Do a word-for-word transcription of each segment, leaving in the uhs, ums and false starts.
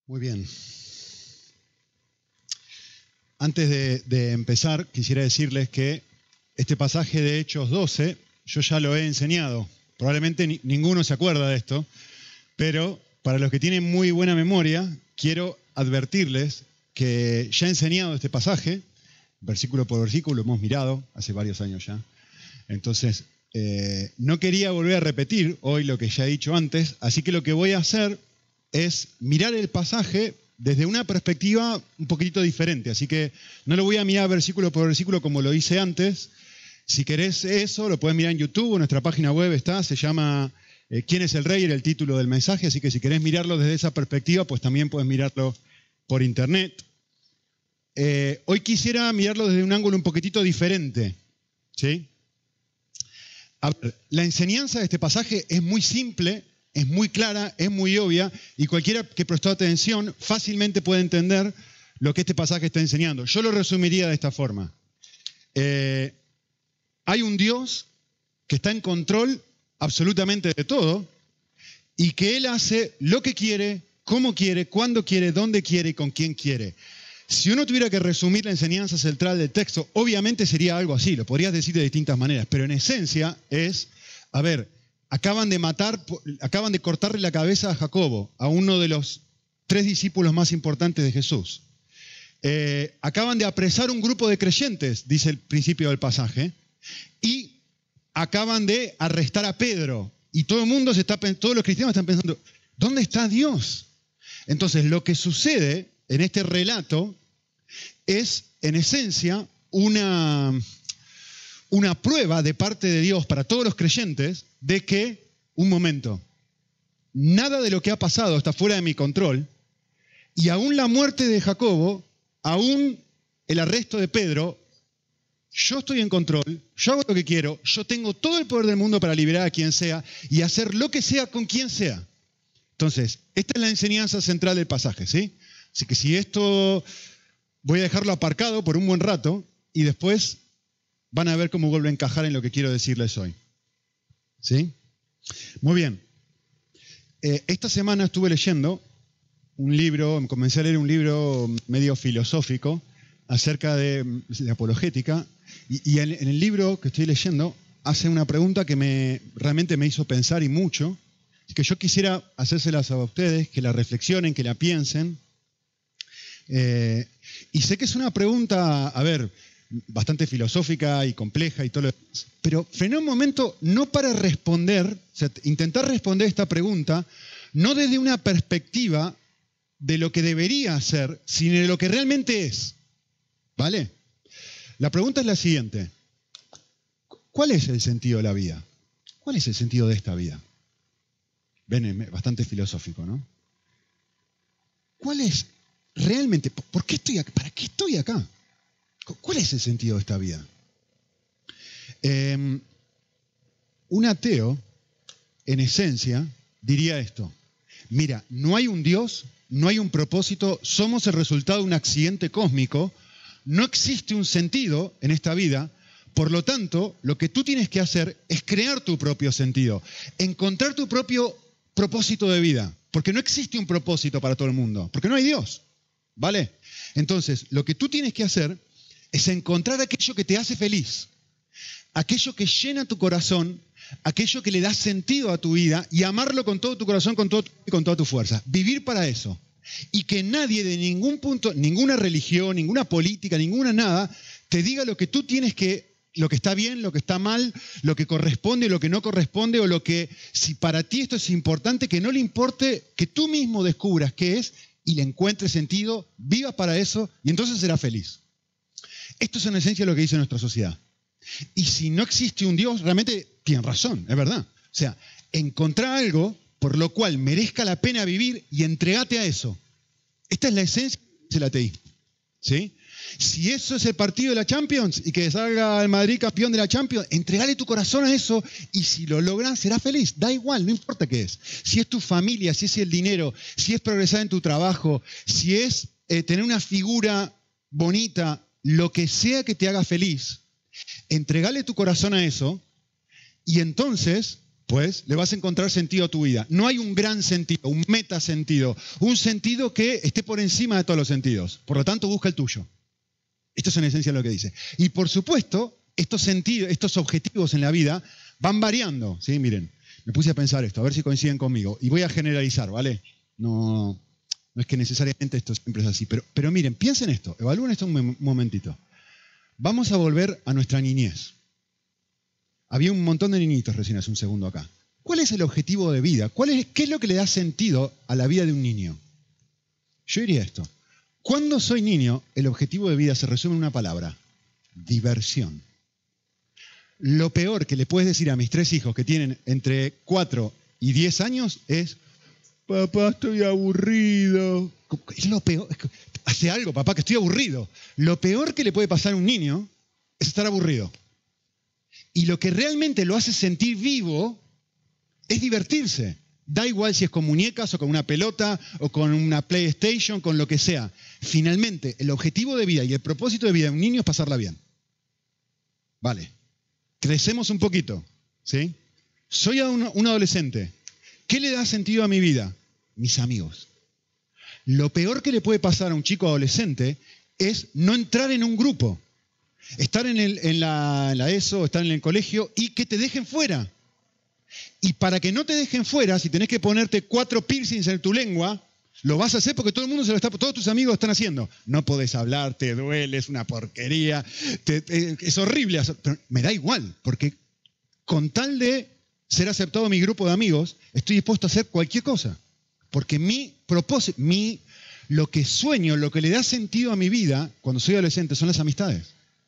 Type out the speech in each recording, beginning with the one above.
Muy bien. Antes de, de empezar, quisiera decirles que este pasaje de Hechos doce, yo ya lo he enseñado. Probablemente ni, ninguno se acuerda de esto, pero para los que tienen muy buena memoria, quiero advertirles que ya he enseñado este pasaje, versículo por versículo, lo hemos mirado hace varios años ya. Entonces, eh, no quería volver a repetir hoy lo que ya he dicho antes, así que lo que voy a hacer es mirar el pasaje desde una perspectiva un poquitito diferente. Así que no lo voy a mirar versículo por versículo como lo hice antes. Si querés eso, lo puedes mirar en YouTube, en nuestra página web está, se llama eh, ¿Quién es el Rey? Era el título del mensaje, así que si querés mirarlo desde esa perspectiva, pues también puedes mirarlo por internet. Eh, hoy quisiera mirarlo desde un ángulo un poquitito diferente, ¿sí? A ver, la enseñanza de este pasaje es muy simple, es muy clara, es muy obvia, y cualquiera que prestó atención fácilmente puede entender lo que este pasaje está enseñando. Yo lo resumiría de esta forma. Eh, hay un Dios que está en control absolutamente de todo y que Él hace lo que quiere, cómo quiere, cuándo quiere, dónde quiere y con quién quiere. Si uno tuviera que resumir la enseñanza central del texto, obviamente sería algo así, lo podrías decir de distintas maneras, pero en esencia es, a ver, acaban de matar, acaban de cortarle la cabeza a Jacobo, a uno de los tres discípulos más importantes de Jesús. Eh, acaban de apresar un grupo de creyentes, dice el principio del pasaje, y acaban de arrestar a Pedro. Y todo el mundo se está, todos los cristianos están pensando, ¿dónde está Dios? Entonces, lo que sucede en este relato es, en esencia, una, una prueba de parte de Dios para todos los creyentes de que, un momento, nada de lo que ha pasado está fuera de mi control, y aún la muerte de Jacobo, aún el arresto de Pedro, yo estoy en control, yo hago lo que quiero, yo tengo todo el poder del mundo para liberar a quien sea y hacer lo que sea con quien sea. Entonces, esta es la enseñanza central del pasaje, ¿sí? Así que si esto voy a dejarlo aparcado por un buen rato y después van a ver cómo vuelve a encajar en lo que quiero decirles hoy. ¿Sí? Muy bien. Eh, esta semana estuve leyendo un libro, comencé a leer un libro medio filosófico acerca de, de apologética y, y en, en el libro que estoy leyendo hace una pregunta que me, realmente me hizo pensar y mucho, que yo quisiera hacérselas a ustedes, que la reflexionen, que la piensen. Eh, y sé que es una pregunta, a ver, bastante filosófica y compleja y todo lo demás, pero frené un momento no para responder, o sea, intentar responder esta pregunta, no desde una perspectiva de lo que debería ser, sino de lo que realmente es. ¿Vale? La pregunta es la siguiente. ¿Cuál es el sentido de la vida? ¿Cuál es el sentido de esta vida? Ven, es bastante filosófico, ¿no? ¿Cuál es realmente? ¿Por qué estoy acá? ¿Para qué estoy acá? ¿Cuál es el sentido de esta vida? Eh, un ateo, en esencia, diría esto. Mira, no hay un Dios, no hay un propósito, somos el resultado de un accidente cósmico, no existe un sentido en esta vida, por lo tanto, lo que tú tienes que hacer es crear tu propio sentido, encontrar tu propio propósito de vida, porque no existe un propósito para todo el mundo, porque no hay Dios, ¿vale? Entonces, lo que tú tienes que hacer es encontrar aquello que te hace feliz, aquello que llena tu corazón, aquello que le da sentido a tu vida y amarlo con todo tu corazón, con, todo, con toda tu fuerza, vivir para eso. Y que nadie de ningún punto, ninguna religión, ninguna política, ninguna nada, te diga lo que tú tienes que, lo que está bien, lo que está mal, lo que corresponde, lo que no corresponde, o lo que, si para ti esto es importante, que no le importe, que tú mismo descubras qué es y le encuentres sentido, vivas para eso y entonces serás feliz. Esto es en esencia lo que dice nuestra sociedad. Y si no existe un Dios, realmente tienen razón, es verdad. O sea, encontrar algo por lo cual merezca la pena vivir y entregate a eso. Esta es la esencia del ateísmo, ¿sí? Si eso es el partido de la Champions y que salga el Madrid campeón de la Champions, entregale tu corazón a eso y si lo logran serás feliz. Da igual, no importa qué es. Si es tu familia, si es el dinero, si es progresar en tu trabajo, si es eh, tener una figura bonita, lo que sea que te haga feliz, entregale tu corazón a eso y entonces pues le vas a encontrar sentido a tu vida. No hay un gran sentido, un metasentido, un sentido que esté por encima de todos los sentidos. Por lo tanto, busca el tuyo. Esto es en esencia lo que dice. Y por supuesto, estos sentidos, estos objetivos en la vida van variando. ¿Sí? Miren, me puse a pensar esto, a ver si coinciden conmigo. Y voy a generalizar, ¿vale? No, no es que necesariamente esto siempre es así. Pero, pero miren, piensen esto, evalúen esto un momentito. Vamos a volver a nuestra niñez. Había un montón de niñitos recién hace un segundo acá. ¿Cuál es el objetivo de vida? ¿Cuál es, ¿Qué es lo que le da sentido a la vida de un niño? Yo diría esto. Cuando soy niño, el objetivo de vida se resume en una palabra. Diversión. Lo peor que le puedes decir a mis tres hijos que tienen entre cuatro y diez años es: papá, estoy aburrido. Es lo peor. Hace algo, papá, que estoy aburrido. Lo peor que le puede pasar a un niño es estar aburrido. Y lo que realmente lo hace sentir vivo es divertirse. Da igual si es con muñecas o con una pelota o con una PlayStation, con lo que sea. Finalmente, el objetivo de vida y el propósito de vida de un niño es pasarla bien. Vale. Crecemos un poquito, ¿sí? Soy un, un adolescente. ¿Qué le da sentido a mi vida? Mis amigos. Lo peor que le puede pasar a un chico adolescente es no entrar en un grupo. Estar en, el, en, la, en la ESO, estar en el colegio y que te dejen fuera. Y para que no te dejen fuera, si tenés que ponerte cuatro piercings en tu lengua, lo vas a hacer porque todo el mundo se lo está, todos tus amigos lo están haciendo. No podés hablar, te duele, es una porquería, te, te, es horrible. Pero me da igual, porque con tal de ser aceptado en mi grupo de amigos, estoy dispuesto a hacer cualquier cosa. Porque mi propósito, mi, lo que sueño, lo que le da sentido a mi vida cuando soy adolescente son las amistades.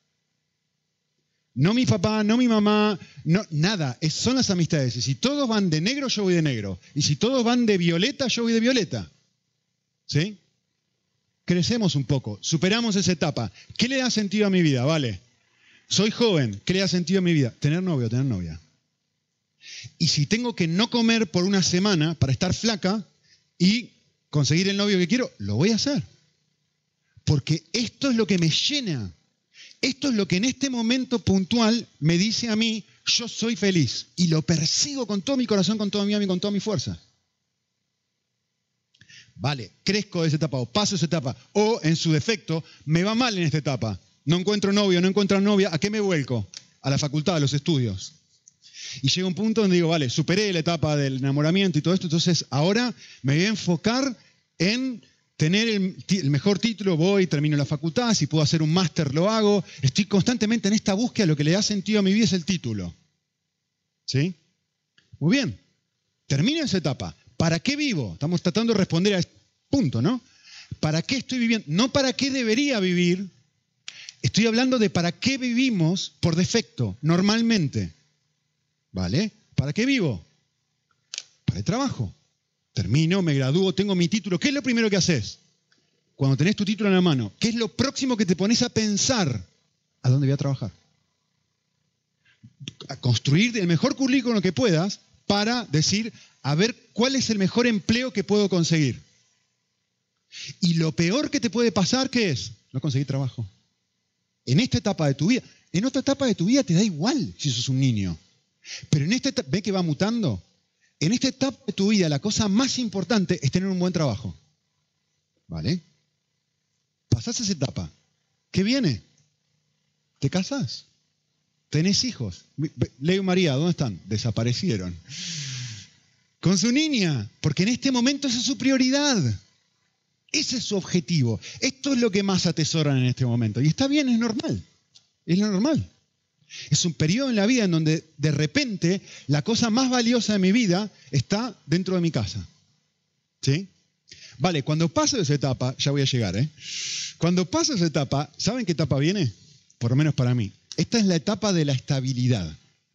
No mi papá, no mi mamá, no, nada, es, son las amistades. Y si todos van de negro, yo voy de negro. Y si todos van de violeta, yo voy de violeta. ¿Sí? Crecemos un poco, superamos esa etapa. ¿Qué le da sentido a mi vida? Vale. Soy joven, ¿qué le da sentido a mi vida? Tener novio, tener novia. Y si tengo que no comer por una semana para estar flaca y conseguir el novio que quiero, lo voy a hacer. Porque esto es lo que me llena. Esto es lo que en este momento puntual me dice a mí: yo soy feliz. Y lo persigo con todo mi corazón, con toda mi alma y con toda mi fuerza. Vale, crezco de esa etapa o paso esa etapa. O, en su defecto, me va mal en esta etapa. No encuentro novio, no encuentro novia. ¿A qué me vuelco? A la facultad, a los estudios. Y llega un punto donde digo, vale, superé la etapa del enamoramiento y todo esto, entonces ahora me voy a enfocar en tener el, el mejor título, voy, termino la facultad, si puedo hacer un máster lo hago. Estoy constantemente en esta búsqueda, lo que le da sentido a mi vida es el título. ¿Sí? Muy bien. Termino esa etapa. ¿Para qué vivo? Estamos tratando de responder a este punto, ¿no? ¿Para qué estoy viviendo? No para qué debería vivir. Estoy hablando de para qué vivimos por defecto, normalmente. ¿Vale? ¿Para qué vivo? Para el trabajo. Termino, me gradúo, tengo mi título. ¿Qué es lo primero que haces? Cuando tenés tu título en la mano, ¿qué es lo próximo que te pones a pensar? ¿A dónde voy a trabajar? A construir el mejor currículum que puedas para decir, a ver cuál es el mejor empleo que puedo conseguir. Y lo peor que te puede pasar, ¿qué es? No conseguir trabajo. En esta etapa de tu vida, en otra etapa de tu vida te da igual si sos un niño. Pero en esta etapa, ¿ve que va mutando? En esta etapa de tu vida, la cosa más importante es tener un buen trabajo. ¿Vale? Pasás esa etapa. ¿Qué viene? ¿Te casás? ¿Tenés hijos? Leo y María, ¿dónde están? Desaparecieron. Con su niña, porque en este momento esa es su prioridad. Ese es su objetivo. Esto es lo que más atesoran en este momento. Y está bien, es normal. Es lo normal. Es un periodo en la vida en donde de repente la cosa más valiosa de mi vida está dentro de mi casa. ¿Sí? Vale, cuando paso esa etapa, ya voy a llegar, ¿eh? Cuando paso esa etapa, ¿saben qué etapa viene? Por lo menos para mí. Esta es la etapa de la estabilidad.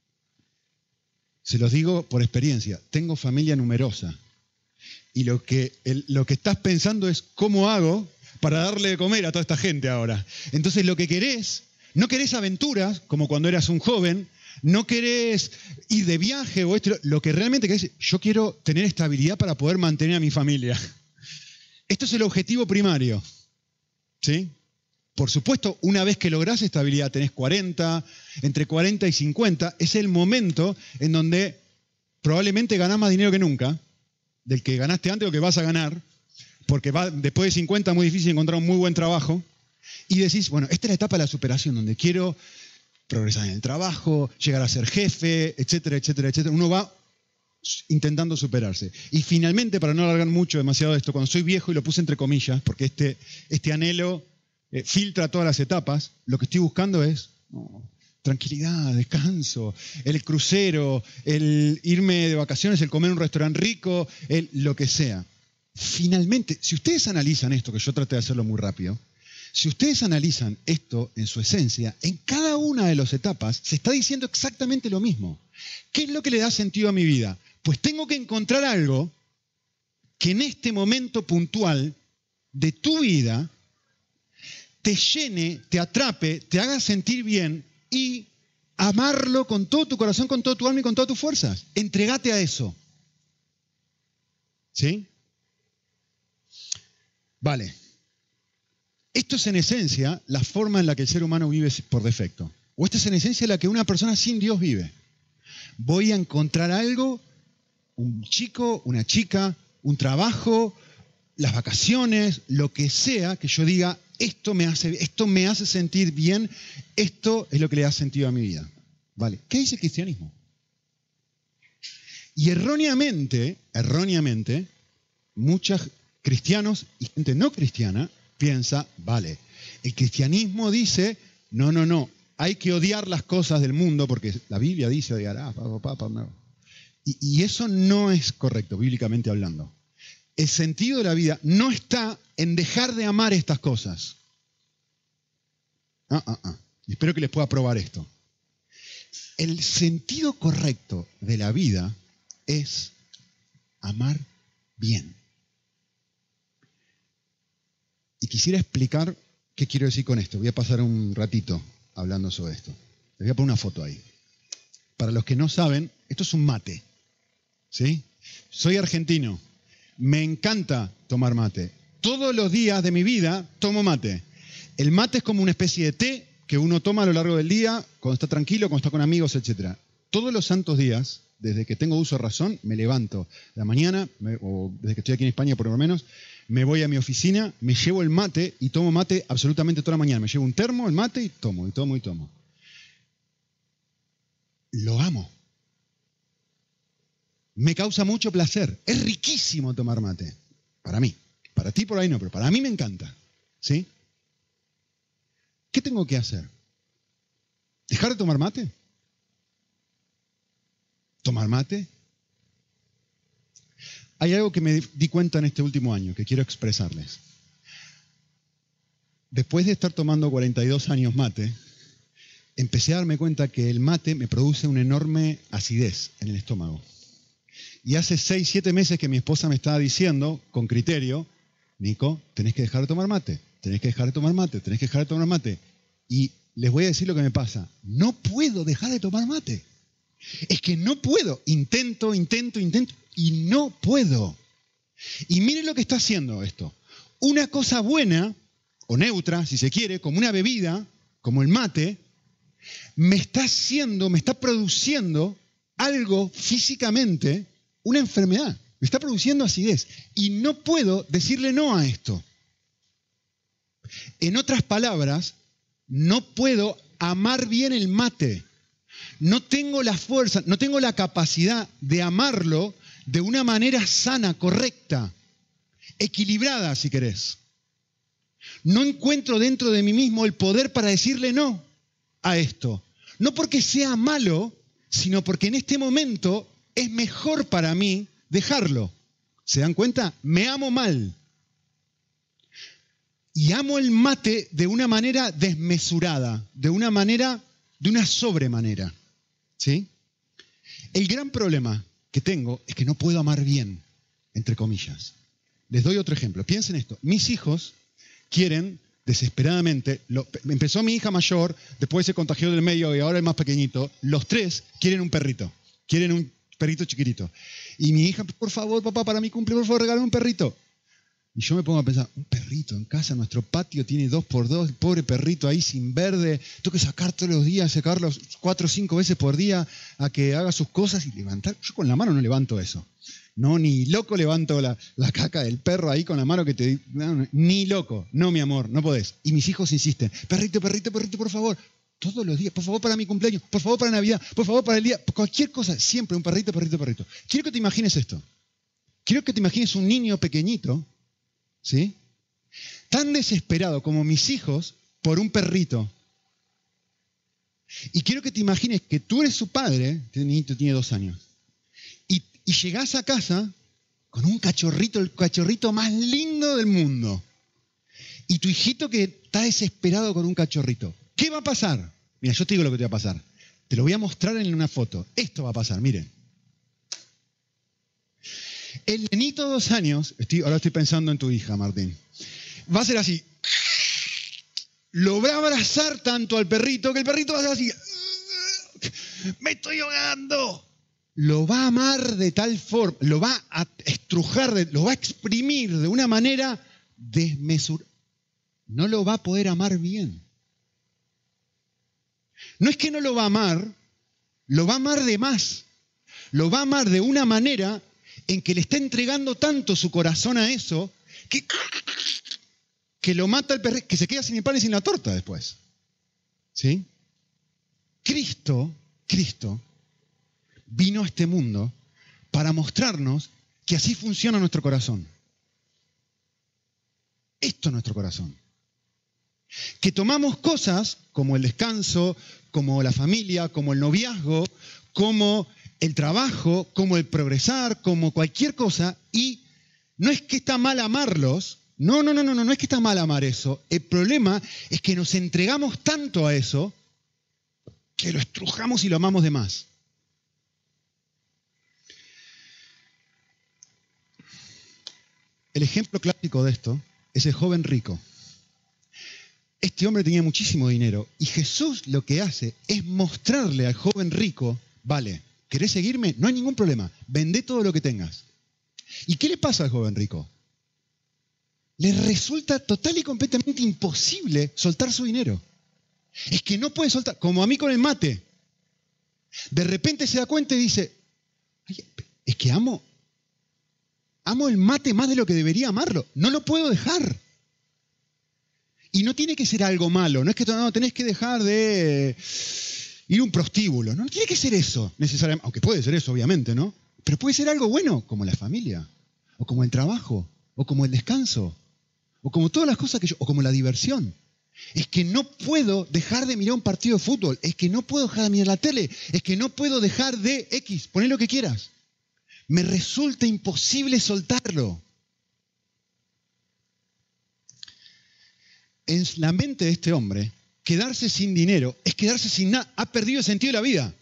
Se los digo por experiencia. Tengo familia numerosa. Y lo que, el, lo que estás pensando es cómo hago para darle de comer a toda esta gente ahora. Entonces lo que querés, no querés aventuras, como cuando eras un joven, no querés ir de viaje o esto, lo que realmente querés es, yo quiero tener estabilidad para poder mantener a mi familia. Esto es el objetivo primario. ¿Sí? Por supuesto, una vez que lográs estabilidad, tenés cuarenta, entre cuarenta y cincuenta, es el momento en donde probablemente ganás más dinero que nunca, del que ganaste antes o que vas a ganar, porque va, después de cincuenta es muy difícil encontrar un muy buen trabajo, y decís, bueno, esta es la etapa de la superación, donde quiero progresar en el trabajo, llegar a ser jefe, etcétera, etcétera, etcétera. Uno va intentando superarse. Y finalmente, para no alargar mucho demasiado esto, cuando soy viejo, y lo puse entre comillas, porque este, este anhelo eh, filtra todas las etapas, lo que estoy buscando es no, tranquilidad, descanso, el crucero, el irme de vacaciones, el comer en un restaurante rico, el, lo que sea. Finalmente, si ustedes analizan esto, que yo traté de hacerlo muy rápido, si ustedes analizan esto en su esencia, en cada una de las etapas se está diciendo exactamente lo mismo. ¿Qué es lo que le da sentido a mi vida? Pues tengo que encontrar algo que en este momento puntual de tu vida te llene, te atrape, te haga sentir bien y amarlo con todo tu corazón, con todo tu alma y con todas tus fuerzas. Entregate a eso. ¿Sí? Vale. Esto es en esencia la forma en la que el ser humano vive por defecto. O esto es en esencia la que una persona sin Dios vive. Voy a encontrar algo, un chico, una chica, un trabajo, las vacaciones, lo que sea, que yo diga, esto me hace, esto me hace sentir bien, esto es lo que le da sentido a mi vida. Vale. ¿Qué dice el cristianismo? Y erróneamente, erróneamente, muchos cristianos y gente no cristiana piensa, vale, el cristianismo dice, no, no, no, hay que odiar las cosas del mundo porque la Biblia dice odiarás, papá, papá, no. Y, y eso no es correcto, bíblicamente hablando. El sentido de la vida no está en dejar de amar estas cosas. Ah, ah, ah. Y espero que les pueda probar esto. El sentido correcto de la vida es amar bien. Y quisiera explicar qué quiero decir con esto. Voy a pasar un ratito hablando sobre esto. Les voy a poner una foto ahí. Para los que no saben, esto es un mate. ¿Sí? Soy argentino. Me encanta tomar mate. Todos los días de mi vida tomo mate. El mate es como una especie de té que uno toma a lo largo del día, cuando está tranquilo, cuando está con amigos, etcétera. Todos los santos días, desde que tengo uso de razón, me levanto de la mañana, me, o desde que estoy aquí en España por lo menos, me voy a mi oficina, me llevo el mate y tomo mate absolutamente toda la mañana. Me llevo un termo, el mate y tomo, y tomo, y tomo. Lo amo. Me causa mucho placer. Es riquísimo tomar mate. Para mí. Para ti por ahí no, pero para mí me encanta. ¿Sí? ¿Qué tengo que hacer? ¿Dejar de tomar mate? ¿Tomar mate? Hay algo que me di cuenta en este último año que quiero expresarles. Después de estar tomando cuarenta y dos años mate, empecé a darme cuenta que el mate me produce una enorme acidez en el estómago. Y hace seis, siete meses que mi esposa me estaba diciendo, con criterio, Nico, tenés que dejar de tomar mate, tenés que dejar de tomar mate, tenés que dejar de tomar mate. Y les voy a decir lo que me pasa. No puedo dejar de tomar mate. Es que no puedo. Intento, intento, intento y no puedo. Y miren lo que está haciendo esto. Una cosa buena, o neutra, si se quiere, como una bebida, como el mate, me está haciendo, me está produciendo algo físicamente, una enfermedad. Me está produciendo acidez. Y no puedo decirle no a esto. En otras palabras, no puedo amar bien el mate. No tengo la fuerza, no tengo la capacidad de amarlo de una manera sana, correcta, equilibrada, si querés. No encuentro dentro de mí mismo el poder para decirle no a esto. No porque sea malo, sino porque en este momento es mejor para mí dejarlo. ¿Se dan cuenta? Me amo mal. Y amo el mate de una manera desmesurada, de una manera, de una sobremanera. ¿Sí? El gran problema que tengo es que no puedo amar bien, entre comillas. Les doy otro ejemplo. Piensen esto. Mis hijos quieren desesperadamente, lo, empezó mi hija mayor, después se contagió del medio y ahora el más pequeñito, los tres quieren un perrito, quieren un perrito chiquitito. Y mi hija, por favor, papá, para mi cumple, por favor, regálame un perrito. Y yo me pongo a pensar, un perrito en casa, nuestro patio tiene dos por dos, el pobre perrito ahí sin verde, tengo que sacar todos los días, sacarlo cuatro o cinco veces por día a que haga sus cosas y levantar. Yo con la mano no levanto eso. No, ni loco levanto la, la caca del perro ahí con la mano que te... No, no, ni loco. No, mi amor, no podés. Y mis hijos insisten, perrito, perrito, perrito, por favor. Todos los días, por favor para mi cumpleaños, por favor para Navidad, por favor para el día, cualquier cosa, siempre un perrito, perrito, perrito. Quiero que te imagines esto. Quiero que te imagines un niño pequeñito, ¿sí? Tan desesperado como mis hijos por un perrito. Y quiero que te imagines que tú eres su padre, este niñito tiene dos años, y, y llegás a casa con un cachorrito, el cachorrito más lindo del mundo. Y tu hijito que está desesperado con un cachorrito. ¿Qué va a pasar? Mira, yo te digo lo que te va a pasar. Te lo voy a mostrar en una foto. Esto va a pasar, miren. El nenito de dos años, estoy, ahora estoy pensando en tu hija, Martín, va a ser así. Lo va a abrazar tanto al perrito que el perrito va a ser así. ¡Me estoy ahogando! Lo va a amar de tal forma, lo va a estrujar, de, lo va a exprimir de una manera desmesurada. No lo va a poder amar bien. No es que no lo va a amar, lo va a amar de más. Lo va a amar de una manera en que le está entregando tanto su corazón a eso que, que lo mata el perrito, que se queda sin el pan y sin la torta después. ¿Sí? Cristo, Cristo vino a este mundo para mostrarnos que así funciona nuestro corazón. Esto es nuestro corazón. Que tomamos cosas como el descanso, como la familia, como el noviazgo, como el trabajo, como el progresar, como cualquier cosa, y no es que está mal amarlos, no, no, no, no, no, no es que está mal amar eso. El problema es que nos entregamos tanto a eso que lo estrujamos y lo amamos de más. El ejemplo clásico de esto es el joven rico. Este hombre tenía muchísimo dinero y Jesús lo que hace es mostrarle al joven rico, vale, ¿querés seguirme? No hay ningún problema, vendé todo lo que tengas. ¿Y qué le pasa al joven rico? Le resulta total y completamente imposible soltar su dinero. Es que no puede soltar, como a mí con el mate. De repente se da cuenta y dice, es que amo, amo el mate más de lo que debería amarlo, no lo puedo dejar. Y no tiene que ser algo malo, no es que no, tenés que dejar de ir a un prostíbulo, no tiene que ser eso necesariamente, aunque puede ser eso obviamente, ¿no? Pero puede ser algo bueno, como la familia, o como el trabajo, o como el descanso, o como todas las cosas que yo, o como la diversión. Es que no puedo dejar de mirar un partido de fútbol, es que no puedo dejar de mirar la tele, es que no puedo dejar de X, poné lo que quieras. Me resulta imposible soltarlo. En la mente de este hombre, quedarse sin dinero es quedarse sin nada. Ha perdido el sentido de la vida.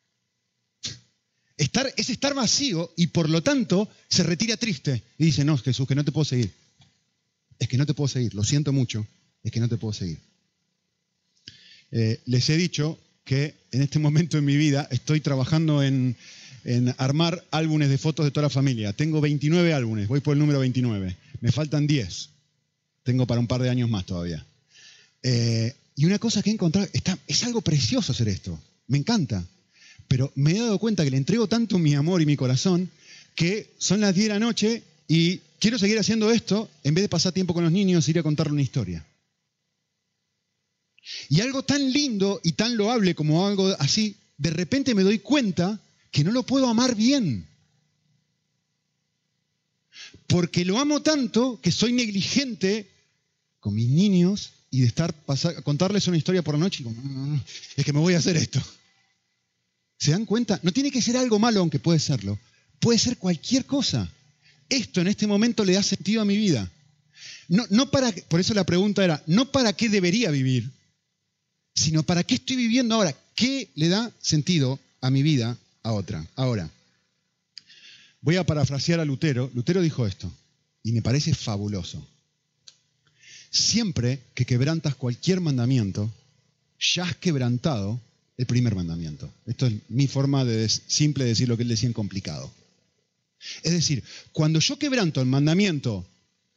Estar, es estar vacío y por lo tanto se retira triste. Y dice, no, Jesús, que no te puedo seguir. Es que no te puedo seguir, lo siento mucho, es que no te puedo seguir. Eh, les he dicho que en este momento en mi vida estoy trabajando en, en armar álbumes de fotos de toda la familia. Tengo veintinueve álbumes, voy por el número veintinueve. Me faltan diez. Tengo para un par de años más todavía. Eh, y una cosa que he encontrado, está, es algo precioso hacer esto, me encanta, pero me he dado cuenta que le entrego tanto mi amor y mi corazón que son las diez de la noche y quiero seguir haciendo esto en vez de pasar tiempo con los niños e ir a contarle una historia. Y algo tan lindo y tan loable como algo así, de repente me doy cuenta que no lo puedo amar bien. Porque lo amo tanto que soy negligente con mis niños y de estar pasar, contarles una historia por la noche y como, no, es que me voy a hacer esto. ¿Se dan cuenta? No tiene que ser algo malo, aunque puede serlo. Puede ser cualquier cosa. Esto en este momento le da sentido a mi vida. No, no para, por eso la pregunta era, no para qué debería vivir, sino para qué estoy viviendo ahora. ¿Qué le da sentido a mi vida a otra? Ahora, voy a parafrasear a Lutero. Lutero dijo esto, y me parece fabuloso. Siempre que quebrantas cualquier mandamiento, ya has quebrantado el primer mandamiento. Esto es mi forma de simple de decir lo que él decía en complicado. Es decir, cuando yo quebranto el mandamiento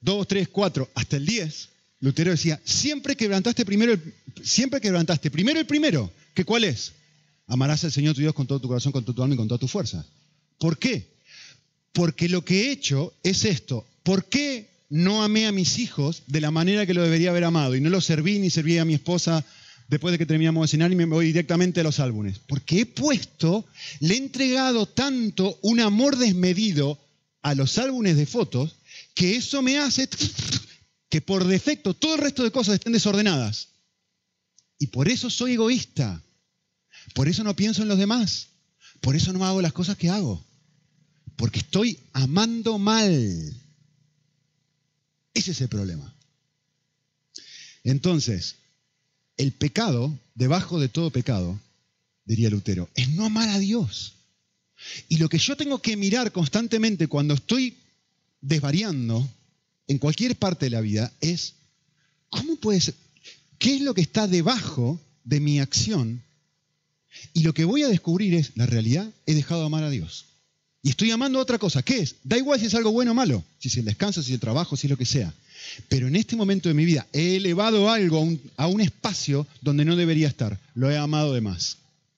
dos, tres, cuatro, hasta el diez, Lutero decía, siempre quebrantaste primero, el, siempre quebrantaste primero el primero, ¿que cuál es? Amarás al Señor tu Dios con todo tu corazón, con toda tu alma y con toda tu fuerza. ¿Por qué? Porque lo que he hecho es esto. ¿Por qué no amé a mis hijos de la manera que lo debería haber amado? Y no los serví ni serví a mi esposa después de que terminamos de cenar y me voy directamente a los álbumes. Porque he puesto, le he entregado tanto un amor desmedido a los álbumes de fotos que eso me hace que por defecto todo el resto de cosas estén desordenadas. Y por eso soy egoísta. Por eso no pienso en los demás. Por eso no hago las cosas que hago. Porque estoy amando mal. Ese es el problema. Entonces, el pecado, debajo de todo pecado, diría Lutero, es no amar a Dios. Y lo que yo tengo que mirar constantemente cuando estoy desvariando en cualquier parte de la vida es, ¿cómo puede ser? ¿Qué es lo que está debajo de mi acción? Y lo que voy a descubrir es, la realidad, he dejado de amar a Dios. Y estoy amando a otra cosa. ¿Qué es? Da igual si es algo bueno o malo, si es el descanso, si es el trabajo, si es lo que sea. Pero en este momento de mi vida he elevado algo a un, a un espacio donde no debería estar. Lo he amado de más.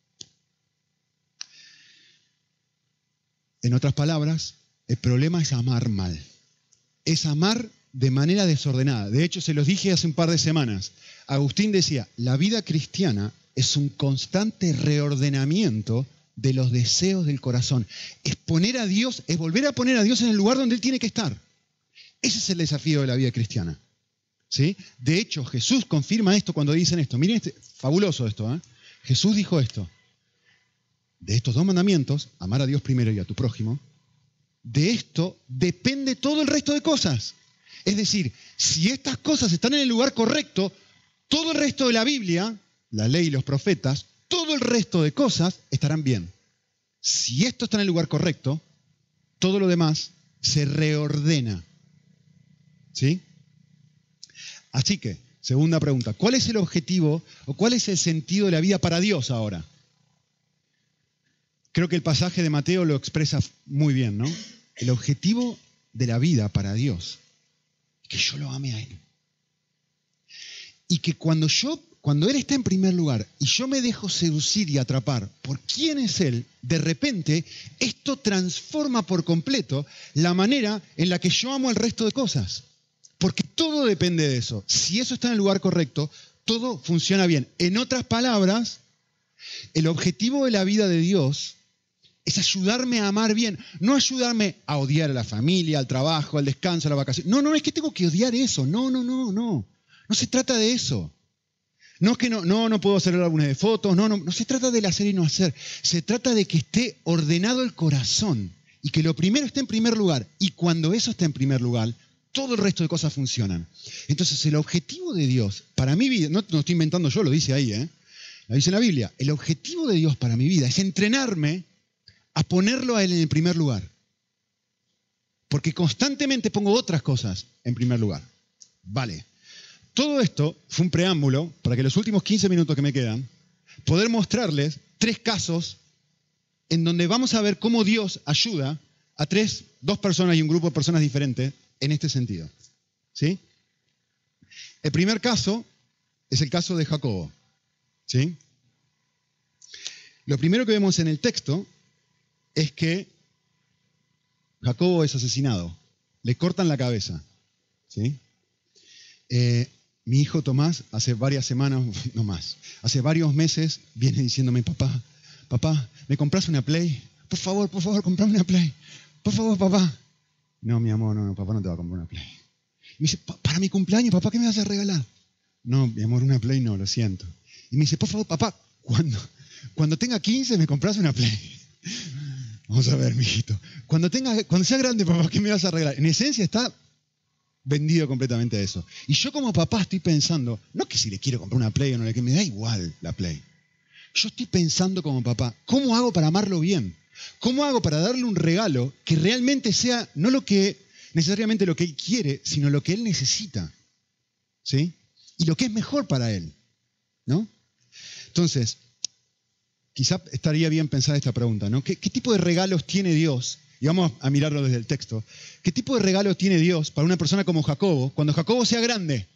En otras palabras, el problema es amar mal. Es amar de manera desordenada. De hecho, se los dije hace un par de semanas. Agustín decía, la vida cristiana es un constante reordenamiento de los deseos del corazón. Es poner a Dios, es volver a poner a Dios en el lugar donde Él tiene que estar. Ese es el desafío de la vida cristiana. ¿Sí? De hecho, Jesús confirma esto cuando dicen esto. Miren, este, fabuloso esto. ¿eh? Jesús dijo esto. De estos dos mandamientos, amar a Dios primero y a tu prójimo, de esto depende todo el resto de cosas. Es decir, si estas cosas están en el lugar correcto, todo el resto de la Biblia, la ley y los profetas, todo el resto de cosas estarán bien. Si esto está en el lugar correcto, todo lo demás se reordena. ¿Sí? Así que, segunda pregunta, ¿cuál es el objetivo o cuál es el sentido de la vida para Dios ahora? Creo que el pasaje de Mateo lo expresa muy bien, ¿no? El objetivo de la vida para Dios es que yo lo ame a Él. Y que cuando yo, cuando Él está en primer lugar y yo me dejo seducir y atrapar por quién es Él, de repente esto transforma por completo la manera en la que yo amo el resto de cosas. Porque todo depende de eso. Si eso está en el lugar correcto, todo funciona bien. En otras palabras, el objetivo de la vida de Dios es ayudarme a amar bien, no ayudarme a odiar a la familia, al trabajo, al descanso, a la vacación. No, no es que tengo que odiar eso. No, no, no, no. No se trata de eso. No es que no, no, no puedo hacer álbumes de fotos. No, no, no se trata del hacer y no hacer. Se trata de que esté ordenado el corazón y que lo primero esté en primer lugar. Y cuando eso está en primer lugar, todo el resto de cosas funcionan. Entonces, el objetivo de Dios para mi vida, no lo estoy inventando yo, lo dice ahí, ¿eh? Lo dice en la Biblia. El objetivo de Dios para mi vida es entrenarme a ponerlo a Él en el primer lugar. Porque constantemente pongo otras cosas en primer lugar. Vale. Todo esto fue un preámbulo para que los últimos quince minutos que me quedan, poder mostrarles tres casos en donde vamos a ver cómo Dios ayuda a tres, dos personas y un grupo de personas diferentes en este sentido. ¿Sí? El primer caso es el caso de Jacobo. ¿Sí? Lo primero que vemos en el texto es que Jacobo es asesinado. Le cortan la cabeza. ¿Sí? Eh, mi hijo Tomás, hace varias semanas, no más, hace varios meses, viene diciéndome, papá, papá, ¿me compras una Play? Por favor, por favor, comprame una Play. Por favor, papá. No, mi amor, no, no, papá no te va a comprar una Play. Y me dice, para mi cumpleaños, papá, ¿qué me vas a regalar? No, mi amor, una Play no, lo siento. Y me dice, por favor, papá, cuando, cuando tenga quince me compras una Play. Vamos a ver, mijito. Cuando, tenga, cuando sea grande, papá, ¿qué me vas a regalar? En esencia está vendido completamente a eso. Y yo como papá estoy pensando, no que si le quiero comprar una Play o no, que me da igual la Play. Yo estoy pensando como papá, ¿cómo hago para amarlo bien? ¿Cómo hago para darle un regalo que realmente sea no lo que necesariamente lo que él quiere, sino lo que él necesita? ¿Sí? Y lo que es mejor para él, ¿no? Entonces, quizá estaría bien pensar esta pregunta, ¿no? ¿Qué, qué tipo de regalos tiene Dios? Y y vamos a mirarlo desde el texto, ¿qué tipo de regalo tiene Dios para una persona como Jacobo cuando Jacobo sea grande?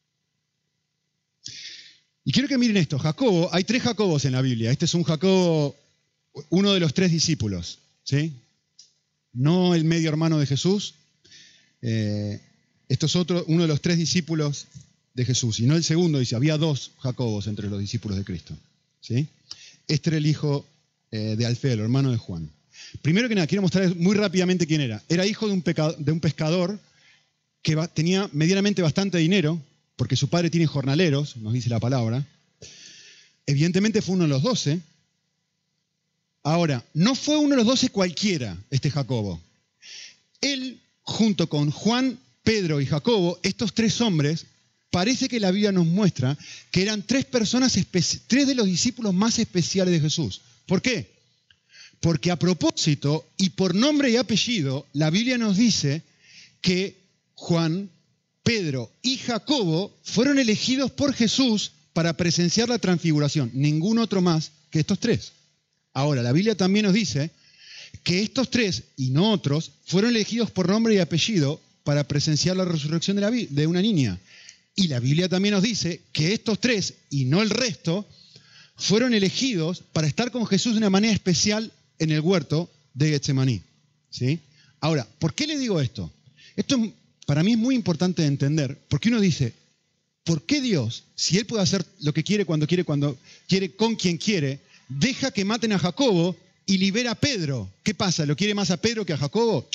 Y quiero que miren esto. Jacobo, hay tres Jacobos en la Biblia. Este es un Jacobo, uno de los tres discípulos, ¿sí? No el medio hermano de Jesús. Eh, esto es otro, uno de los tres discípulos de Jesús. Y no el segundo, dice, había dos Jacobos entre los discípulos de Cristo, ¿sí? Este era el hijo eh, de Alfeo, el hermano de Juan. Primero que nada, quiero mostrar muy rápidamente quién era. Era hijo de un, peca, de un pescador que va, tenía medianamente bastante dinero, porque su padre tiene jornaleros, nos dice la palabra. Evidentemente fue uno de los doce. Ahora, no fue uno de los doce cualquiera, este Jacobo. Él, junto con Juan, Pedro y Jacobo, estos tres hombres, parece que la Biblia nos muestra que eran tres personas, tres de los discípulos más especiales de Jesús. ¿Por qué? Porque a propósito y por nombre y apellido, la Biblia nos dice que Juan, Pedro y Jacobo fueron elegidos por Jesús para presenciar la transfiguración. Ningún otro más que estos tres. Ahora, la Biblia también nos dice que estos tres y no otros fueron elegidos por nombre y apellido para presenciar la resurrección de, la, de una niña. Y la Biblia también nos dice que estos tres y no el resto fueron elegidos para estar con Jesús de una manera especial en el huerto de Getsemaní, ¿sí? Ahora, ¿por qué le digo esto? Esto es, para mí es muy importante de entender, porque uno dice, ¿por qué Dios, si Él puede hacer lo que quiere, cuando quiere, cuando quiere, con quien quiere, deja que maten a Jacobo y libera a Pedro? ¿Qué pasa? ¿Lo quiere más a Pedro que a Jacobo?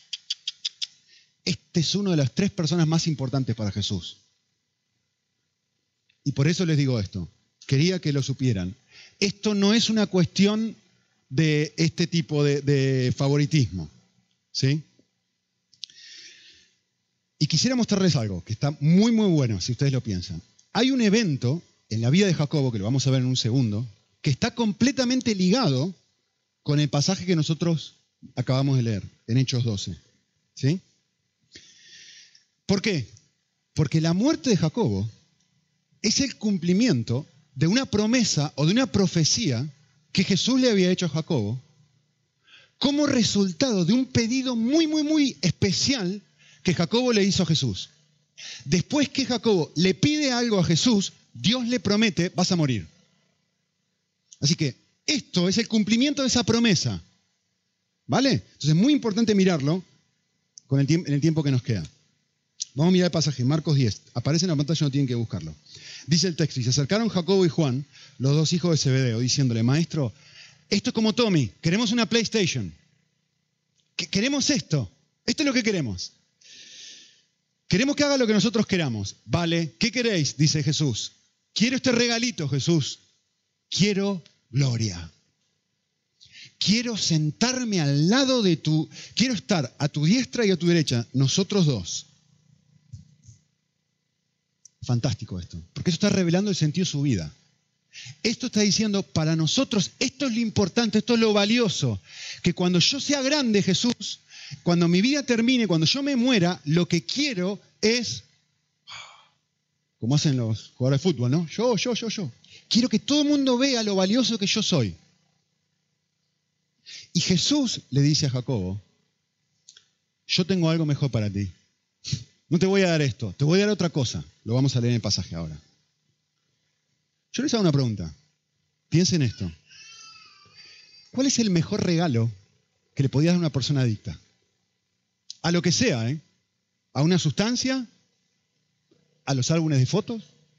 Este es uno de las tres personas más importantes para Jesús. Y por eso les digo esto. Quería que lo supieran. Esto no es una cuestión de este tipo de, de favoritismo, ¿sí? Y quisiera mostrarles algo que está muy, muy bueno, si ustedes lo piensan. Hay un evento en la vida de Jacobo, que lo vamos a ver en un segundo, que está completamente ligado con el pasaje que nosotros acabamos de leer, en Hechos doce, ¿sí? ¿Por qué? Porque la muerte de Jacobo es el cumplimiento de una promesa o de una profecía que Jesús le había hecho a Jacobo como resultado de un pedido muy, muy, muy especial que Jacobo le hizo a Jesús. Después que Jacobo le pide algo a Jesús, Dios le promete, vas a morir. Así que esto es el cumplimiento de esa promesa, ¿vale? Entonces es muy importante mirarlo con el tiemp- en el tiempo que nos queda. Vamos a mirar el pasaje, Marcos diez. Aparece en la pantalla, no tienen que buscarlo. Dice el texto, y se acercaron Jacobo y Juan, los dos hijos de Zebedeo, diciéndole, maestro, esto es como Tommy, queremos una PlayStation. Queremos esto, esto es lo que queremos. Queremos que haga lo que nosotros queramos. Vale, ¿qué queréis? Dice Jesús. Quiero este regalito, Jesús. Quiero gloria. Quiero sentarme al lado de tu... Quiero estar a tu diestra y a tu derecha, nosotros dos. Fantástico esto, porque eso está revelando el sentido de su vida. Esto está diciendo, para nosotros, esto es lo importante, esto es lo valioso, que cuando yo sea grande, Jesús, cuando mi vida termine, cuando yo me muera, lo que quiero es, como hacen los jugadores de fútbol, ¿no? Yo, yo, yo, yo. Quiero que todo el mundo vea lo valioso que yo soy. Y Jesús le dice a Jacobo, yo tengo algo mejor para ti. No te voy a dar esto, te voy a dar otra cosa. Lo vamos a leer en el pasaje ahora. Yo les hago una pregunta. Piensen esto. ¿Cuál es el mejor regalo que le podías dar a una persona adicta? A lo que sea, ¿eh? ¿A una sustancia? ¿A los álbumes de fotos?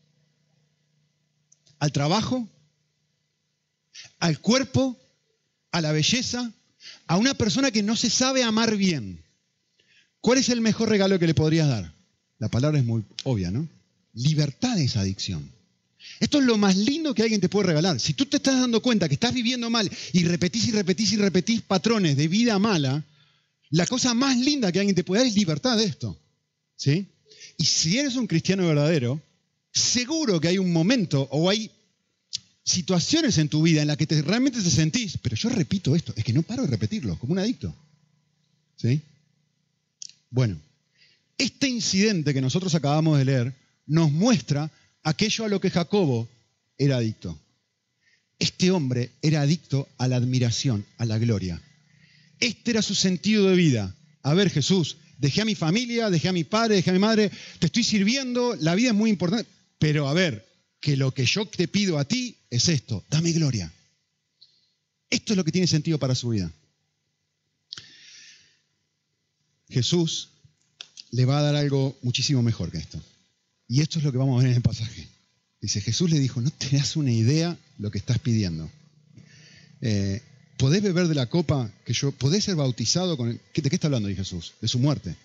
¿Al trabajo? ¿Al cuerpo? ¿A la belleza? ¿A una persona que no se sabe amar bien? ¿Cuál es el mejor regalo que le podrías dar? La palabra es muy obvia, ¿no? Libertad de esa adicción. Esto es lo más lindo que alguien te puede regalar. Si tú te estás dando cuenta que estás viviendo mal y repetís y repetís y repetís patrones de vida mala, la cosa más linda que alguien te puede dar es libertad de esto, ¿sí? Y si eres un cristiano verdadero, seguro que hay un momento o hay situaciones en tu vida en las que te, realmente te sentís, pero yo repito esto, es que no paro de repetirlo, como un adicto, ¿sí? Bueno, este incidente que nosotros acabamos de leer nos muestra aquello a lo que Jacobo era adicto. Este hombre era adicto a la admiración, a la gloria. Este era su sentido de vida. A ver, Jesús, dejé a mi familia, dejé a mi padre, dejé a mi madre, te estoy sirviendo, la vida es muy importante, pero a ver, que lo que yo te pido a ti es esto, dame gloria. Esto es lo que tiene sentido para su vida. Jesús le va a dar algo muchísimo mejor que esto. Y esto es lo que vamos a ver en el pasaje. Dice, Jesús le dijo, no te das una idea lo que estás pidiendo. Eh, ¿Podés beber de la copa que yo, podés ser bautizado con el, ¿de qué está hablando ahí Jesús? De su muerte.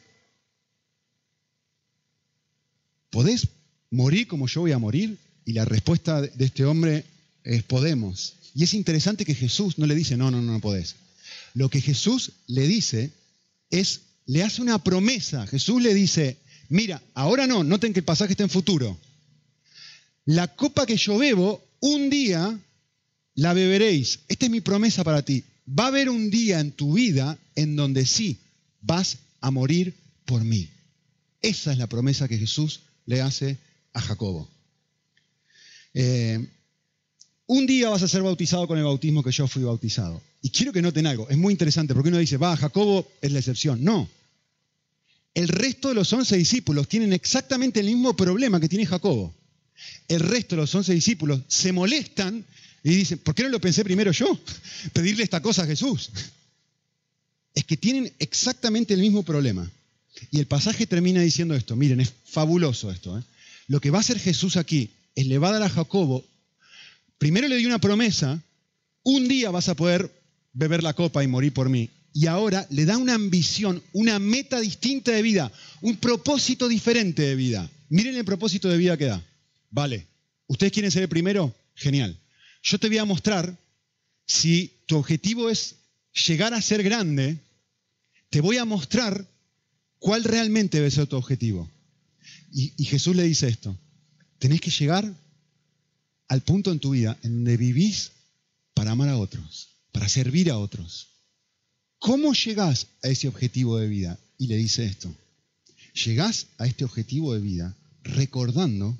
¿Podés morir como yo voy a morir? Y la respuesta de este hombre es, podemos. Y es interesante que Jesús no le dice, no, no, no, no podés. Lo que Jesús le dice es, le hace una promesa. Jesús le dice, mira, ahora no, noten que el pasaje está en futuro. La copa que yo bebo, un día la beberéis. Esta es mi promesa para ti. Va a haber un día en tu vida en donde sí vas a morir por mí. Esa es la promesa que Jesús le hace a Jacobo. Eh, un día vas a ser bautizado con el bautismo que yo fui bautizado. Y quiero que noten algo, es muy interesante, porque uno dice, va, Jacobo es la excepción. No. El resto de los once discípulos tienen exactamente el mismo problema que tiene Jacobo. El resto de los once discípulos se molestan y dicen, ¿por qué no lo pensé primero yo? Pedirle esta cosa a Jesús. Es que tienen exactamente el mismo problema. Y el pasaje termina diciendo esto. Miren, es fabuloso esto, ¿eh? Lo que va a hacer Jesús aquí es le va a dar a Jacobo, primero le dio una promesa, un día vas a poder beber la copa y morir por mí. Y ahora le da una ambición, una meta distinta de vida, un propósito diferente de vida. Miren el propósito de vida que da. Vale, ¿ustedes quieren ser el primero? Genial. Yo te voy a mostrar, si tu objetivo es llegar a ser grande, te voy a mostrar cuál realmente debe ser tu objetivo. Y, y Jesús le dice esto, tenés que llegar al punto en tu vida en donde vivís para amar a otros, para servir a otros. ¿Cómo llegás a ese objetivo de vida? Y le dice esto, llegás a este objetivo de vida recordando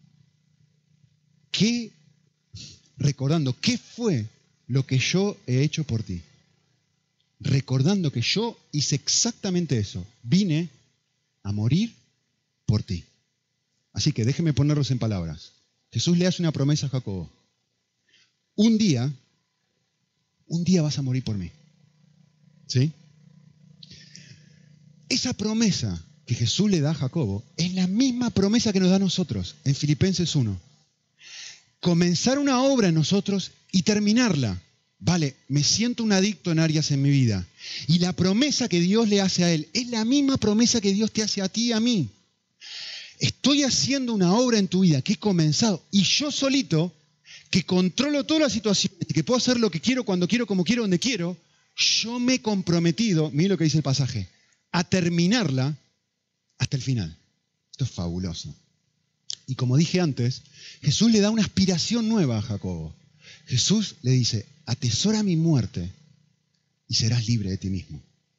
qué, recordando qué fue lo que yo he hecho por ti. Recordando que yo hice exactamente eso. Vine a morir por ti. Así que déjenme ponerlos en palabras. Jesús le hace una promesa a Jacobo. Un día, un día vas a morir por mí. ¿Sí? Esa promesa que Jesús le da a Jacobo es la misma promesa que nos da a nosotros en Filipenses uno. Comenzar una obra en nosotros y terminarla. Vale, me siento un adicto en áreas en mi vida. Y la promesa que Dios le hace a él es la misma promesa que Dios te hace a ti y a mí. Estoy haciendo una obra en tu vida que he comenzado. Y yo solito, que controlo todas las situaciones y que puedo hacer lo que quiero, cuando quiero, como quiero, donde quiero, yo me he comprometido, miren lo que dice el pasaje, a terminarla hasta el final. Esto es fabuloso. Y como dije antes, Jesús le da una aspiración nueva a Jacobo. Jesús le dice, atesora mi muerte y serás libre de ti mismo.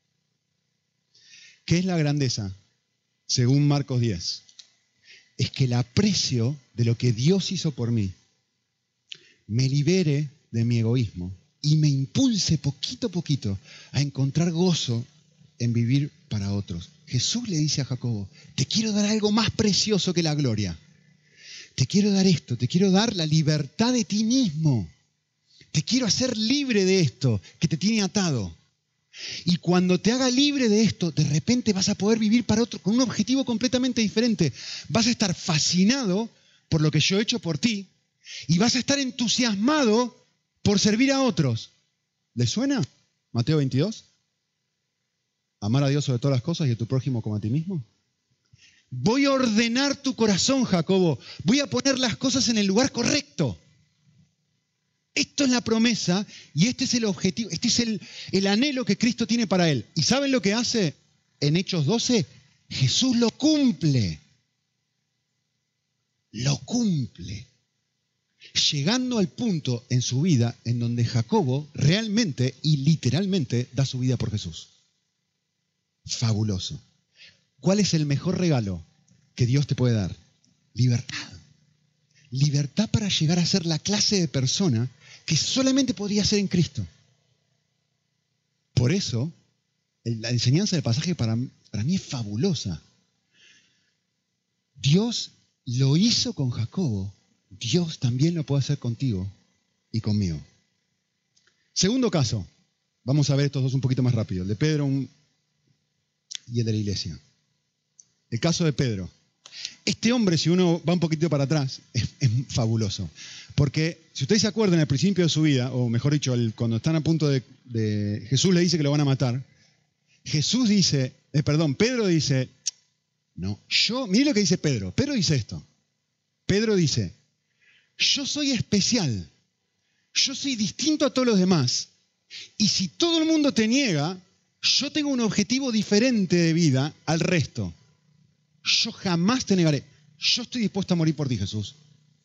¿Qué es la grandeza? Según Marcos diez. Es que el aprecio de lo que Dios hizo por mí me libere de mi egoísmo y me impulse poquito a poquito a encontrar gozo en vivir para otros. Jesús le dice a Jacobo, te quiero dar algo más precioso que la gloria. Te quiero dar esto, te quiero dar la libertad de ti mismo. Te quiero hacer libre de esto que te tiene atado. Y cuando te haga libre de esto, de repente vas a poder vivir para otro con un objetivo completamente diferente. Vas a estar fascinado por lo que yo he hecho por ti y vas a estar entusiasmado por servir a otros. ¿Les suena? Mateo veintidós. Amar a Dios sobre todas las cosas y a tu prójimo como a ti mismo. Voy a ordenar tu corazón, Jacobo. Voy a poner las cosas en el lugar correcto. Esto es la promesa y este es el objetivo, este es el, el anhelo que Cristo tiene para él. ¿Y saben lo que hace en Hechos doce? Jesús lo cumple. Lo cumple. Llegando al punto en su vida en donde Jacobo realmente y literalmente da su vida por Jesús. Fabuloso. ¿Cuál es el mejor regalo que Dios te puede dar? Libertad. Libertad para llegar a ser la clase de persona que solamente podría ser en Cristo. Por eso, la enseñanza del pasaje para, para mí es fabulosa. Dios lo hizo con Jacobo, Dios también lo puede hacer contigo y conmigo. Segundo caso, vamos a ver estos dos un poquito más rápido, el de Pedro y el de la iglesia. El caso de Pedro. Este hombre, si uno va un poquito para atrás, es, es fabuloso. Porque si ustedes se acuerdan al principio de su vida, o mejor dicho, el, cuando están a punto de, de... Jesús le dice que lo van a matar. Jesús dice, eh, perdón, Pedro dice, no, yo, mire lo que dice Pedro. Pedro dice esto. Pedro dice, yo soy especial. Yo soy distinto a todos los demás. Y si todo el mundo te niega, yo tengo un objetivo diferente de vida al resto. Yo jamás te negaré. Yo estoy dispuesto a morir por ti, Jesús.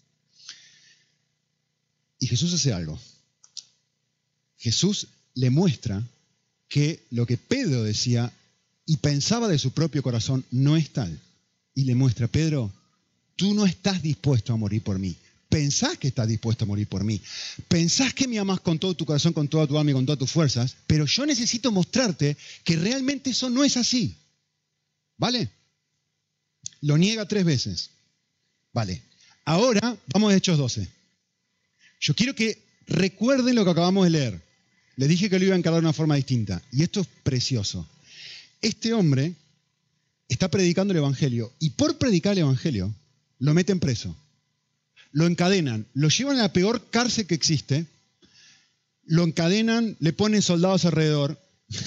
Y Jesús hace algo. Jesús le muestra que lo que Pedro decía y pensaba de su propio corazón no es tal. Y le muestra, Pedro, tú no estás dispuesto a morir por mí. Pensás que estás dispuesto a morir por mí. Pensás que me amás con todo tu corazón, con toda tu alma y con todas tus fuerzas, pero yo necesito mostrarte que realmente eso no es así. ¿Vale? Lo niega tres veces. Vale. Ahora vamos a Hechos doce. Yo quiero que recuerden lo que acabamos de leer. Les dije que lo iba a encarar de una forma distinta. Y esto es precioso. Este hombre está predicando el Evangelio y por predicar el Evangelio lo meten preso. Lo encadenan, lo llevan a la peor cárcel que existe, lo encadenan, le ponen soldados alrededor.